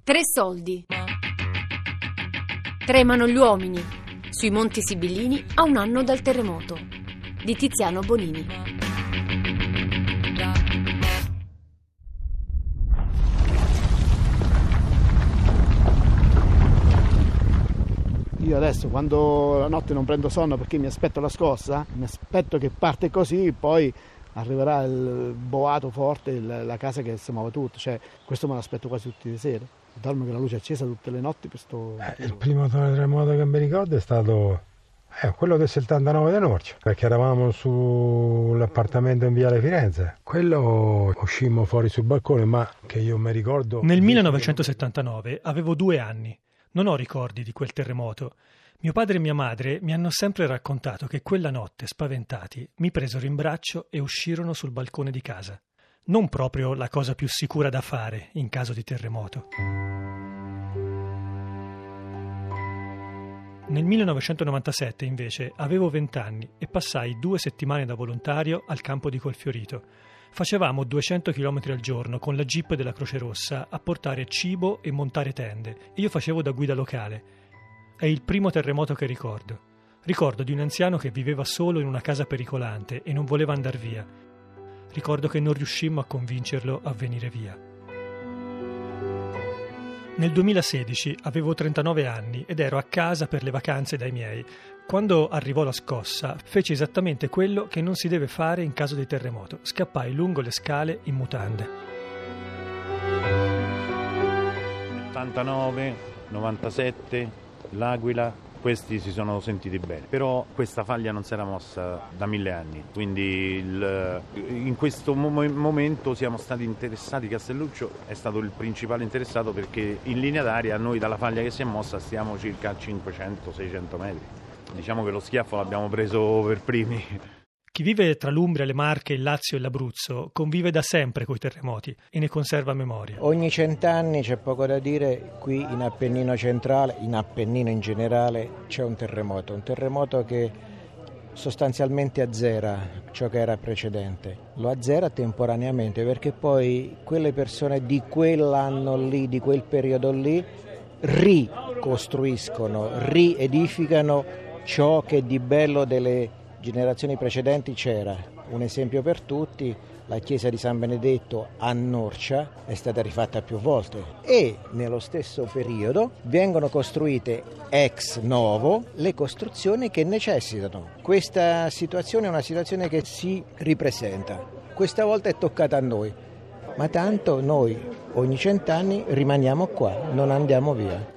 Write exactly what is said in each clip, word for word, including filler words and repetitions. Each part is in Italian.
Tre soldi. Tremano gli uomini sui Monti Sibillini a un anno dal terremoto di Tiziano Bonini. Io adesso quando la notte non prendo sonno perché mi aspetto la scossa, mi aspetto che parte così, poi arriverà il boato forte, la casa che si muove tutto, cioè questo me l'aspetto quasi tutte le sere. Dormo con la luce accesa tutte le notti per sto... Eh, il primo terremoto che mi ricordo è stato eh, quello del settantanove di Norcia, perché eravamo sull'appartamento in Viale Firenze. Quello uscimmo fuori sul balcone, ma che io mi ricordo... Nel millenovecentosettantanove avevo due anni. Non ho ricordi di quel terremoto. Mio padre e mia madre mi hanno sempre raccontato che quella notte, spaventati, mi presero in braccio e uscirono sul balcone di casa. Non proprio la cosa più sicura da fare in caso di terremoto. Nel millenovecentonovantasette, invece, avevo vent'anni e passai due settimane da volontario al campo di Colfiorito. Facevamo duecento chilometri al giorno con la jeep della Croce Rossa a portare cibo e montare tende e io facevo da guida locale. È il primo terremoto che ricordo. Ricordo di un anziano che viveva solo in una casa pericolante e non voleva andar via. Ricordo che non riuscimmo a convincerlo a venire via. Nel duemilasedici avevo trentanove anni ed ero a casa per le vacanze dai miei. Quando arrivò la scossa, feci esattamente quello che non si deve fare in caso di terremoto. Scappai lungo le scale in mutande. ottantanove, novantasette, l'Aquila, questi si sono sentiti bene. Però questa faglia non si era mossa da mille anni, quindi il, in questo mo- momento siamo stati interessati, Castelluccio è stato il principale interessato perché in linea d'aria noi dalla faglia che si è mossa stiamo circa a cinquecento seicento metri. Diciamo che lo schiaffo l'abbiamo preso per primi. Chi vive tra l'Umbria, le Marche, il Lazio e l'Abruzzo convive da sempre coi terremoti e ne conserva memoria. Ogni cent'anni, c'è poco da dire, qui in Appennino centrale, in Appennino in generale, c'è un terremoto. Un terremoto che sostanzialmente azzera ciò che era precedente. Lo azzera temporaneamente perché poi quelle persone di quell'anno lì, di quel periodo lì, ricostruiscono, riedificano ciò che di bello delle generazioni precedenti c'era. Un esempio per tutti, la chiesa di San Benedetto a Norcia è stata rifatta più volte e nello stesso periodo vengono costruite ex novo le costruzioni che necessitano. Questa situazione è una situazione che si ripresenta. Questa volta è toccata a noi, ma tanto noi ogni cent'anni rimaniamo qua, non andiamo via.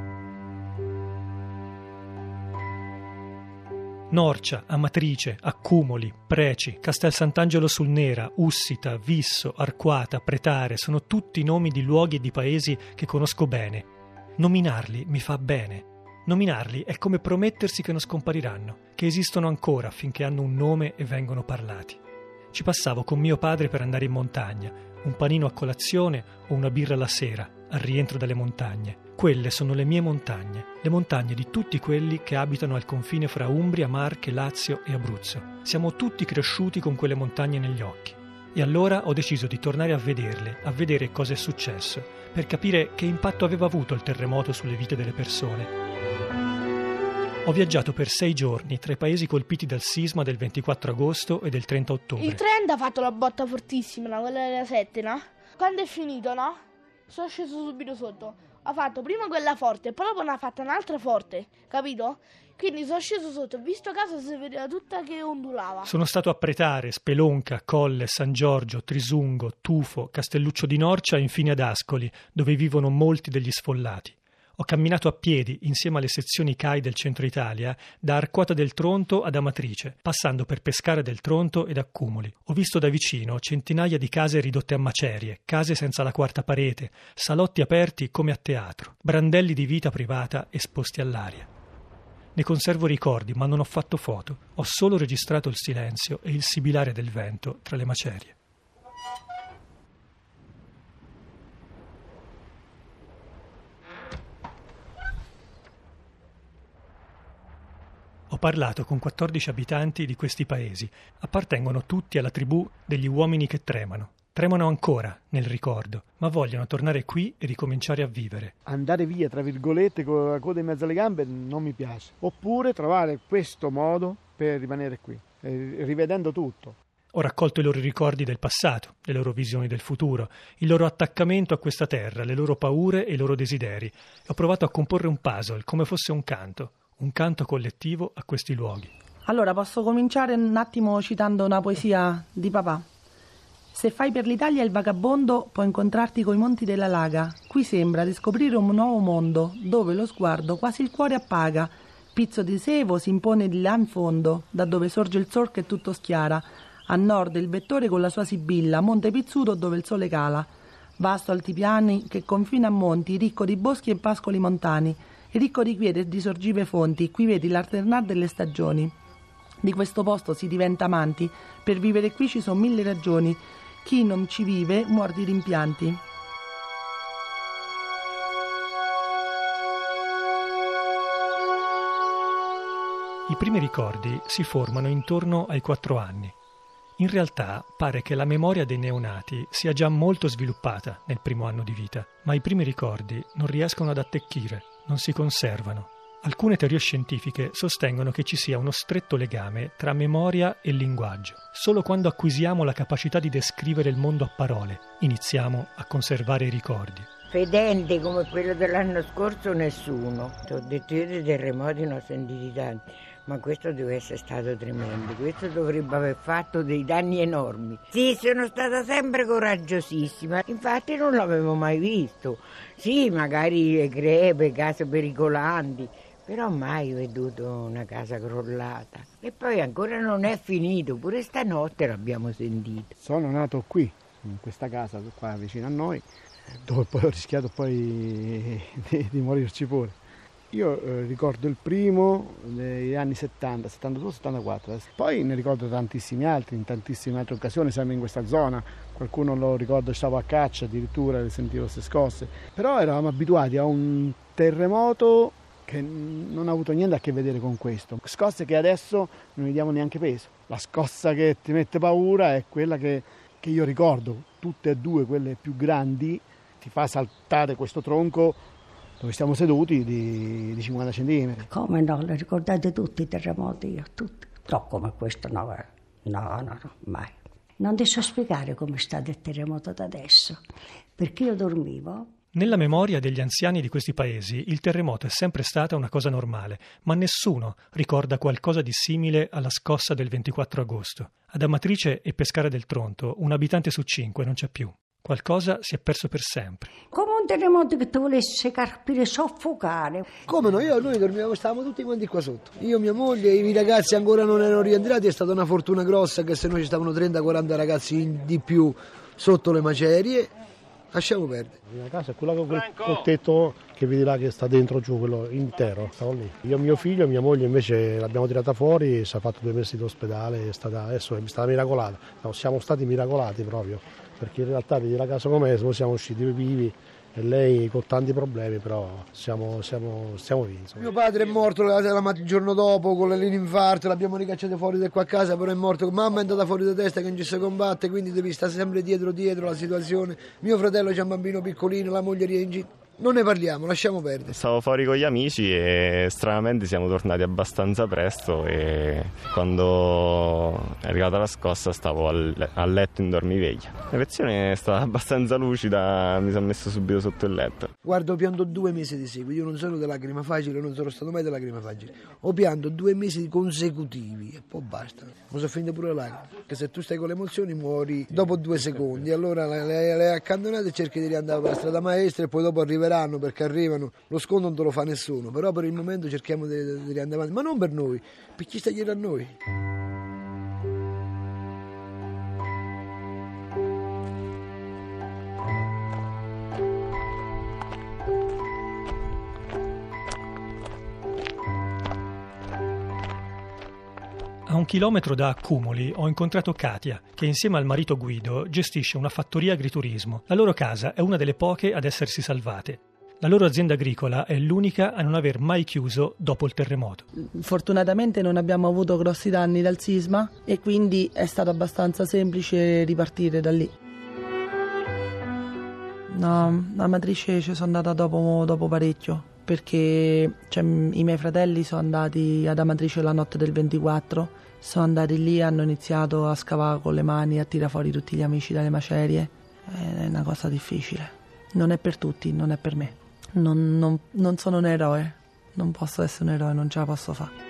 Norcia, Amatrice, Accumoli, Preci, Castel Sant'Angelo sul Nera, Ussita, Visso, Arquata, Pretare sono tutti nomi di luoghi e di paesi che conosco bene. Nominarli mi fa bene. Nominarli è come promettersi che non scompariranno, che esistono ancora finché hanno un nome e vengono parlati. Ci passavo con mio padre per andare in montagna, un panino a colazione o una birra la sera, al rientro dalle montagne. Quelle sono le mie montagne, le montagne di tutti quelli che abitano al confine fra Umbria, Marche, Lazio e Abruzzo. Siamo tutti cresciuti con quelle montagne negli occhi. E allora ho deciso di tornare a vederle, a vedere cosa è successo, per capire che impatto aveva avuto il terremoto sulle vite delle persone. Ho viaggiato per sei giorni tra i paesi colpiti dal sisma del ventiquattro agosto e del trenta ottobre. Il Trent ha fatto la botta fortissima, no? Quella della sette, no? Quando è finito, no? Sono sceso subito sotto. Ha fatto prima quella forte e poi dopo ne ha fatta un'altra forte, capito? Quindi sono sceso sotto, ho visto casa si vedeva tutta che ondulava. Sono stato a Pretare, Spelonca, Colle, San Giorgio, Trisungo, Tufo, Castelluccio di Norcia e infine ad Ascoli, dove vivono molti degli sfollati. Ho camminato a piedi, insieme alle sezioni C A I del centro Italia, da Arquata del Tronto ad Amatrice, passando per Pescara del Tronto ed Accumoli. Ho visto da vicino centinaia di case ridotte a macerie, case senza la quarta parete, salotti aperti come a teatro, brandelli di vita privata esposti all'aria. Ne conservo ricordi, ma non ho fatto foto. Ho solo registrato il silenzio e il sibilare del vento tra le macerie. Ho parlato con quattordici abitanti di questi paesi. Appartengono tutti alla tribù degli uomini che tremano. tremano ancora nel ricordo, ma vogliono tornare qui e ricominciare a vivere. Andare via, tra virgolette, con la coda in mezzo alle gambe non mi piace. Oppure trovare questo modo per rimanere qui, rivedendo tutto. Ho raccolto i loro ricordi del passato, le loro visioni del futuro, il loro attaccamento a questa terra, le loro paure e i loro desideri. E ho provato a comporre un puzzle, come fosse un canto, un canto collettivo a questi luoghi. Allora, posso cominciare un attimo citando una poesia di papà. Se fai per l'Italia il vagabondo, puoi incontrarti coi monti della Laga. Qui sembra di scoprire un nuovo mondo, dove lo sguardo quasi il cuore appaga. Pizzo di Sevo si impone di là in fondo, da dove sorge il sol che tutto schiara. A nord il vettore con la sua sibilla, Monte Pizzuto dove il sole cala. Vasto altipiani che confina a monti, ricco di boschi e pascoli montani, ricco di quiete e di sorgive fonti, qui vedi l'alternar delle stagioni. Di questo posto si diventa amanti, per vivere qui ci sono mille ragioni. Chi non ci vive muore di rimpianti. I primi ricordi si formano intorno ai quattro anni. In realtà pare che la memoria dei neonati sia già molto sviluppata nel primo anno di vita, ma i primi ricordi non riescono ad attecchire, non si conservano. Alcune teorie scientifiche sostengono che ci sia uno stretto legame tra memoria e linguaggio. Solo quando acquisiamo la capacità di descrivere il mondo a parole, iniziamo a conservare i ricordi. Fedente come quello dell'anno scorso nessuno. Ti ho detto, io dei terremoti ne ho sentiti tanti, ma questo deve essere stato tremendo. Questo dovrebbe aver fatto dei danni enormi. Sì, sono stata sempre coraggiosissima, infatti non l'avevo mai visto. Sì, magari crepe, case pericolanti, però mai veduto una casa crollata. E poi ancora non è finito, pure stanotte l'abbiamo sentito. Sono nato qui, in questa casa qua vicino a noi, dove poi ho rischiato poi di, di morirci pure. Io eh, ricordo il primo negli anni settanta, settantadue settantaquattro, poi ne ricordo tantissimi altri, in tantissime altre occasioni, sempre in questa zona. Qualcuno lo ricordo, stavo a caccia addirittura, sentivo queste scosse. Però eravamo abituati a un terremoto che non ha avuto niente a che vedere con questo. Scosse che adesso non gli diamo neanche peso. La scossa che ti mette paura è quella che, che io ricordo, tutte e due quelle più grandi, ti fa saltare questo tronco dove stiamo seduti di, di cinquanta centimetri. Come no, le ricordate tutti i terremoti, io, tutti. No, come questo no, no, no, no, mai. Non ti so spiegare come è stato il terremoto da adesso, perché io dormivo. Nella memoria degli anziani di questi paesi il terremoto è sempre stata una cosa normale, ma nessuno ricorda qualcosa di simile alla scossa del ventiquattro agosto. Ad Amatrice e Pescara del Tronto un abitante su cinque non c'è più. Qualcosa si è perso per sempre. Come un terremoto che ti volesse carpire, soffocare. Come no? Io noi dormivamo, stavamo tutti quanti qua sotto. Io, mia moglie, i miei ragazzi ancora non erano rientrati, è stata una fortuna grossa che se no ci stavano trenta quaranta ragazzi in, di più sotto le macerie. Lasciamo perdere. La mia casa è quella con col tetto che vedi là che sta dentro giù, quello intero, stavo lì. Io, mio figlio e mia moglie invece l'abbiamo tirata fuori, si è fatto due mesi d'ospedale, è stata, adesso è stata miracolata. No, siamo stati miracolati proprio, perché in realtà vedi la casa com'è, siamo usciti vivi e lei con tanti problemi, però siamo, siamo, stiamo vivi. Insomma. Mio padre è morto il giorno dopo con l'infarto, l'abbiamo ricacciato fuori da qua a casa, però è morto. Mamma è andata fuori da testa che non ci si combatte, quindi devi stare sempre dietro dietro la situazione. Mio fratello c'ha un bambino piccolino, la moglie è in giro. Non ne parliamo, lasciamo perdere. Stavo fuori con gli amici e stranamente siamo tornati abbastanza presto e quando è arrivata la scossa stavo al, a letto in dormiveglia. La lezione è stata abbastanza lucida, mi sono messo subito sotto il letto. Guarda, ho pianto due mesi di seguito, io non sono di lacrima facile, non sono stato mai di lacrima facile. Ho pianto due mesi consecutivi e poi basta. Mi sono finito pure le lacrime, perché se tu stai con le emozioni muori dopo due secondi. Allora le, le, le accantonate e cerchi di riandare per la strada maestra e poi dopo arriveranno, perché arrivano, lo sconto non te lo fa nessuno, però per il momento cerchiamo di, di riandare avanti, ma non per noi, per chi sta dietro a noi. A un chilometro da Accumoli ho incontrato Katia, che insieme al marito Guido gestisce una fattoria agriturismo. La loro casa è una delle poche ad essersi salvate. La loro azienda agricola è l'unica a non aver mai chiuso dopo il terremoto. Fortunatamente non abbiamo avuto grossi danni dal sisma e quindi è stato abbastanza semplice ripartire da lì. No, a Amatrice ci sono andata dopo, dopo parecchio, perché cioè, i miei fratelli sono andati ad Amatrice la notte del ventiquattro, sono andati lì, hanno iniziato a scavare con le mani, a tirare fuori tutti gli amici dalle macerie. È una cosa difficile, non è per tutti, non è per me. Non, non, non sono un eroe, non posso essere un eroe, non ce la posso fare.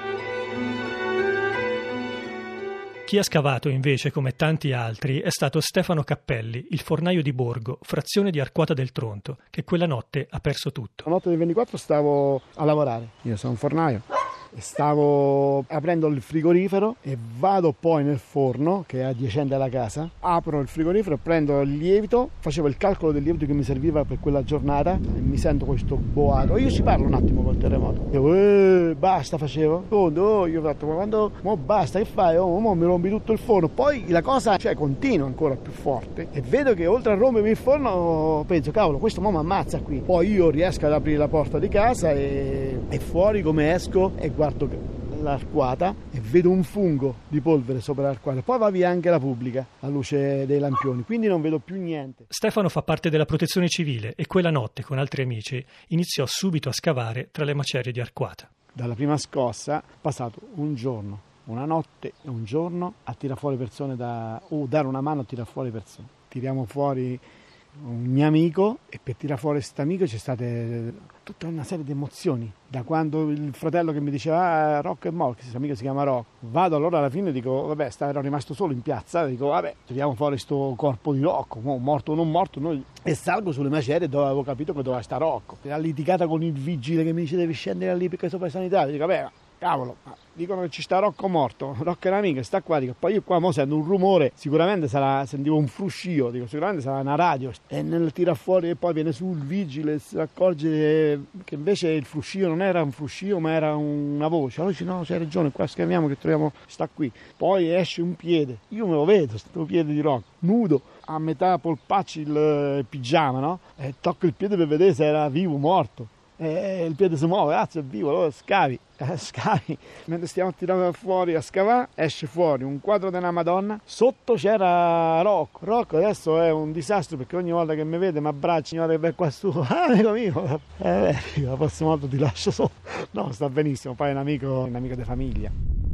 Chi ha scavato invece, come tanti altri, è stato Stefano Cappelli, il fornaio di Borgo, frazione di Arquata del Tronto, che quella notte ha perso tutto. La notte del ventiquattro stavo a lavorare, io sono un fornaio, e stavo aprendo il frigorifero e vado poi nel forno, che è adiacente alla casa, apro il frigorifero, prendo il lievito, facevo il calcolo del lievito che mi serviva per quella giornata e mi sento questo boato. Io ci parlo un attimo col terremoto, io eh, basta facevo, oh, io ho fatto, ma quando, mo basta, che fai? Oh, mo mi rompi tutto il forno. Poi la cosa, cioè, continua ancora più forte e vedo che oltre a rompermi il forno penso, cavolo, questo mo mi ammazza qui. Poi io riesco ad aprire la porta di casa e, e fuori come esco e guardo l'arcuata e vedo un fungo di polvere sopra l'arcuata. Poi va via anche la pubblica a luce dei lampioni, quindi non vedo più niente. Stefano fa parte della protezione civile e quella notte con altri amici iniziò subito a scavare tra le macerie di Arquata. Dalla prima scossa passato un giorno, una notte e un giorno a tirare fuori persone da o uh, dare una mano a tirare fuori persone. Tiriamo fuori un mio amico e per tirare fuori questo amico c'è stata tutta una serie di emozioni, da quando il fratello che mi diceva ah, Rocco è morto, questo amico si chiama Rocco, vado allora alla fine dico vabbè, ero rimasto solo in piazza, dico vabbè, tiriamo fuori sto corpo di Rocco, morto o non morto, noi... e salgo sulle macerie dove avevo capito che doveva stare Rocco. La litigata con il vigile che mi dice devi scendere lì perché sopra i sanitari, dico vabbè, cavolo, dicono che ci sta Rocco morto, Rocco è un amico, sta qua, dico, poi io qua mo sento un rumore, sicuramente sarà, sentivo un fruscio, dico sicuramente sarà una radio, e nel tira fuori e poi viene su il vigile, si accorge che invece il fruscio non era un fruscio ma era una voce, allora dice no, c'hai ragione, qua scriviamo che troviamo, sta qui, poi esce un piede, io me lo vedo, sto piede di Rocco, nudo, a metà polpacci il pigiama, no? E tocco il piede per vedere se era vivo o morto. E il piede si muove, cazzo è vivo, allora scavi, eh, scavi. Mentre stiamo tirando fuori a scavare, esce fuori un quadro della Madonna, sotto c'era Rocco. Rocco adesso è un disastro perché ogni volta che mi vede mi abbraccia, signore che qua su, ah, amico mio, eh, beh, la prossima volta ti lascio solo. No, sta benissimo, poi è un amico, un amico di famiglia.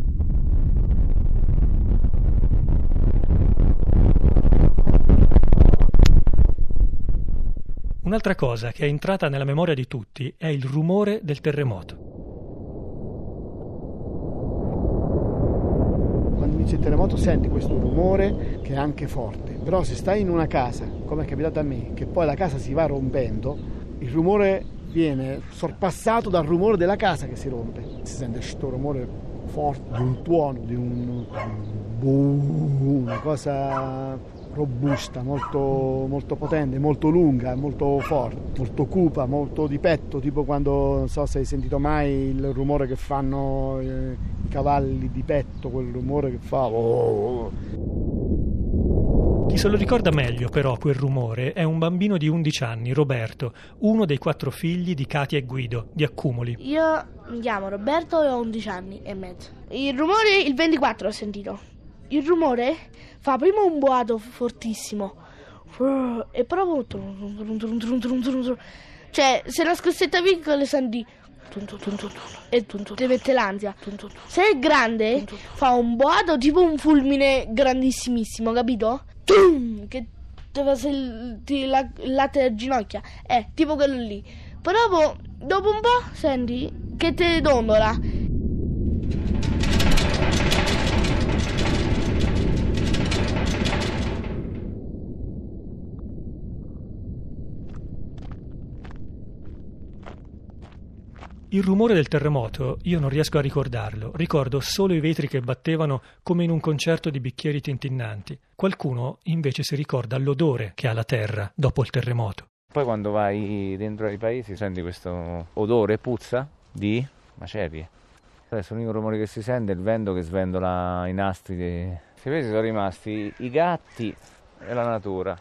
Un'altra cosa che è entrata nella memoria di tutti è il rumore del terremoto. Quando inizia il terremoto senti questo rumore che è anche forte, però se stai in una casa, come è capitato a me, che poi la casa si va rompendo, il rumore viene sorpassato dal rumore della casa che si rompe. Si sente questo rumore forte, di un tuono, di un... una cosa... robusta, molto, molto potente, molto lunga, molto forte, molto cupa, molto di petto, tipo quando, non so se hai sentito mai il rumore che fanno eh, i cavalli di petto, quel rumore che fa... Oh. Chi se lo ricorda meglio però quel rumore è un bambino di undici anni, Roberto, uno dei quattro figli di Katia e Guido, di Accumoli. Io mi chiamo Roberto e ho undici anni e mezzo. Il rumore il ventiquattro ho sentito. Il rumore fa prima un boato fortissimo e proprio cioè se la scossetta piccola senti e ti mette l'ansia. Se è grande fa un boato tipo un fulmine grandissimissimo, capito? Che ti fa il latte a ginocchia, è tipo quello lì. Però dopo un po' senti che ti dondola. Il rumore del terremoto io non riesco a ricordarlo, ricordo solo i vetri che battevano come in un concerto di bicchieri tintinnanti. Qualcuno invece si ricorda l'odore che ha la terra dopo il terremoto. Poi quando vai dentro ai paesi senti questo odore, puzza di macerie. Adesso l'unico rumore che si sente è il vento che sventola i nastri. Dei... Questi paesi sono rimasti i gatti e la natura.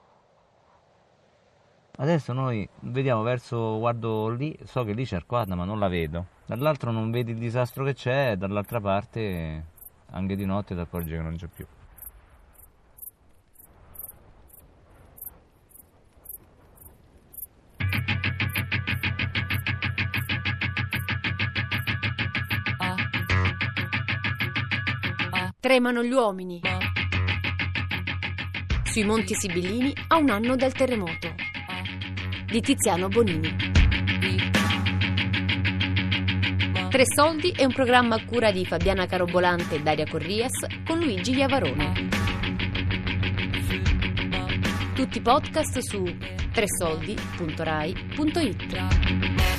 Adesso noi vediamo verso, guardo lì, so che lì c'è Arquata ma non la vedo. Dall'altro non vedi il disastro che c'è, dall'altra parte anche di notte ti accorgi che non c'è più. Tremano gli uomini. Sui Monti Sibillini a un anno dal terremoto. Di Tiziano Bonini. Tre soldi è un programma a cura di Fabiana Carobolante e Daria Corrias con Luigi Iavarone. Tutti i podcast su tre soldi punto rai punto it.